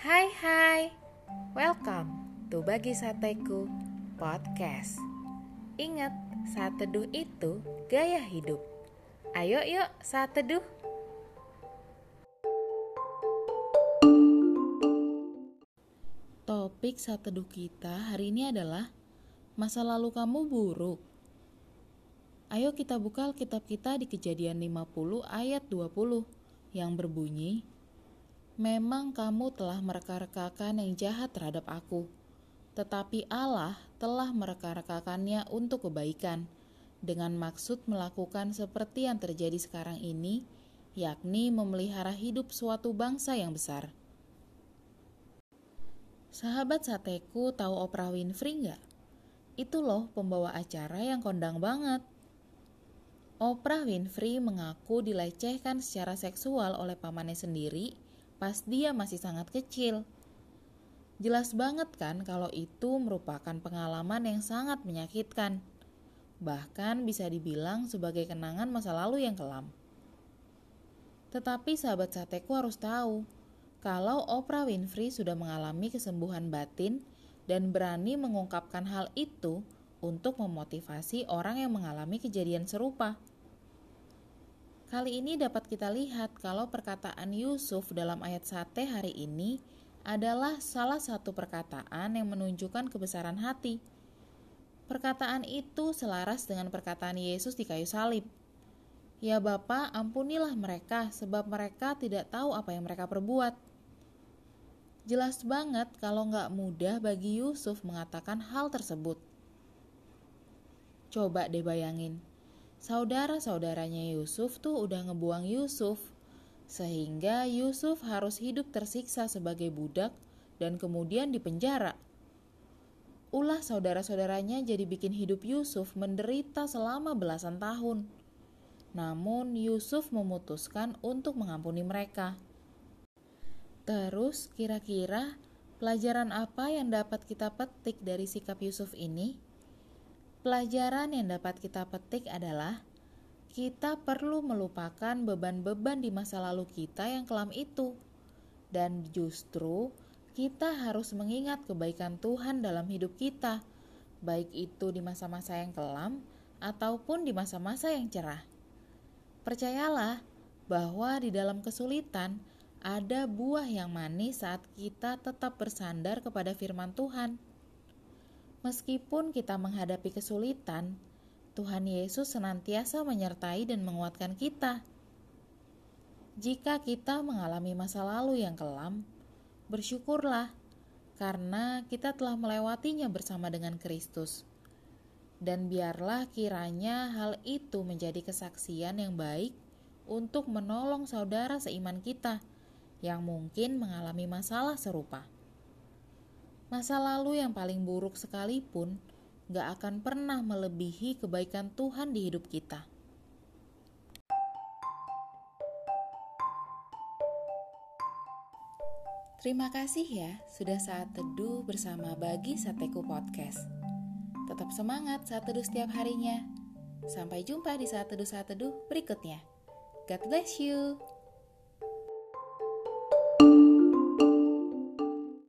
Hai, welcome to Bagi Sateku Podcast. Ingat, saat teduh itu gaya hidup. Ayo yuk saat teduh. Topik saat teduh kita hari ini adalah masa lalu kamu buruk. Ayo kita buka Alkitab kita di Kejadian 50 ayat 20 yang berbunyi, "Memang kamu telah mereka-rekakan yang jahat terhadap aku, tetapi Allah telah mereka-rekakannya untuk kebaikan, dengan maksud melakukan seperti yang terjadi sekarang ini, yakni memelihara hidup suatu bangsa yang besar." Sahabat Sateku tahu Oprah Winfrey nggak? Itu loh pembawa acara yang kondang banget. Oprah Winfrey mengaku dilecehkan secara seksual oleh pamannya sendiri pas dia masih sangat kecil. Jelas banget kan kalau itu merupakan pengalaman yang sangat menyakitkan. Bahkan bisa dibilang sebagai kenangan masa lalu yang kelam. Tetapi sahabat Sateku harus tahu, kalau Oprah Winfrey sudah mengalami kesembuhan batin dan berani mengungkapkan hal itu untuk memotivasi orang yang mengalami kejadian serupa. Kali ini dapat kita lihat kalau perkataan Yusuf dalam ayat Sate hari ini adalah salah satu perkataan yang menunjukkan kebesaran hati. Perkataan itu selaras dengan perkataan Yesus di kayu salib. "Ya Bapa, ampunilah mereka sebab mereka tidak tahu apa yang mereka perbuat." Jelas banget kalau nggak mudah bagi Yusuf mengatakan hal tersebut. Coba deh bayangin, saudara-saudaranya Yusuf tuh udah ngebuang Yusuf, sehingga Yusuf harus hidup tersiksa sebagai budak dan kemudian dipenjara. Ulah saudara-saudaranya jadi bikin hidup Yusuf menderita selama belasan tahun. Namun Yusuf memutuskan untuk mengampuni mereka. Terus kira-kira pelajaran apa yang dapat kita petik dari sikap Yusuf ini? Pelajaran yang dapat kita petik adalah kita perlu melupakan beban-beban di masa lalu kita yang kelam itu. Dan justru kita harus mengingat kebaikan Tuhan dalam hidup kita, baik itu di masa-masa yang kelam ataupun di masa-masa yang cerah. Percayalah bahwa di dalam kesulitan ada buah yang manis saat kita tetap bersandar kepada firman Tuhan. Meskipun kita menghadapi kesulitan, Tuhan Yesus senantiasa menyertai dan menguatkan kita. Jika kita mengalami masa lalu yang kelam, bersyukurlah karena kita telah melewatinya bersama dengan Kristus. Dan biarlah kiranya hal itu menjadi kesaksian yang baik untuk menolong saudara seiman kita yang mungkin mengalami masalah serupa. Masa lalu yang paling buruk sekalipun gak akan pernah melebihi kebaikan Tuhan di hidup kita. Terima kasih ya sudah saat teduh bersama Bagi Sateku Podcast. Tetap semangat saat teduh setiap harinya. Sampai jumpa di saat teduh berikutnya. God bless you.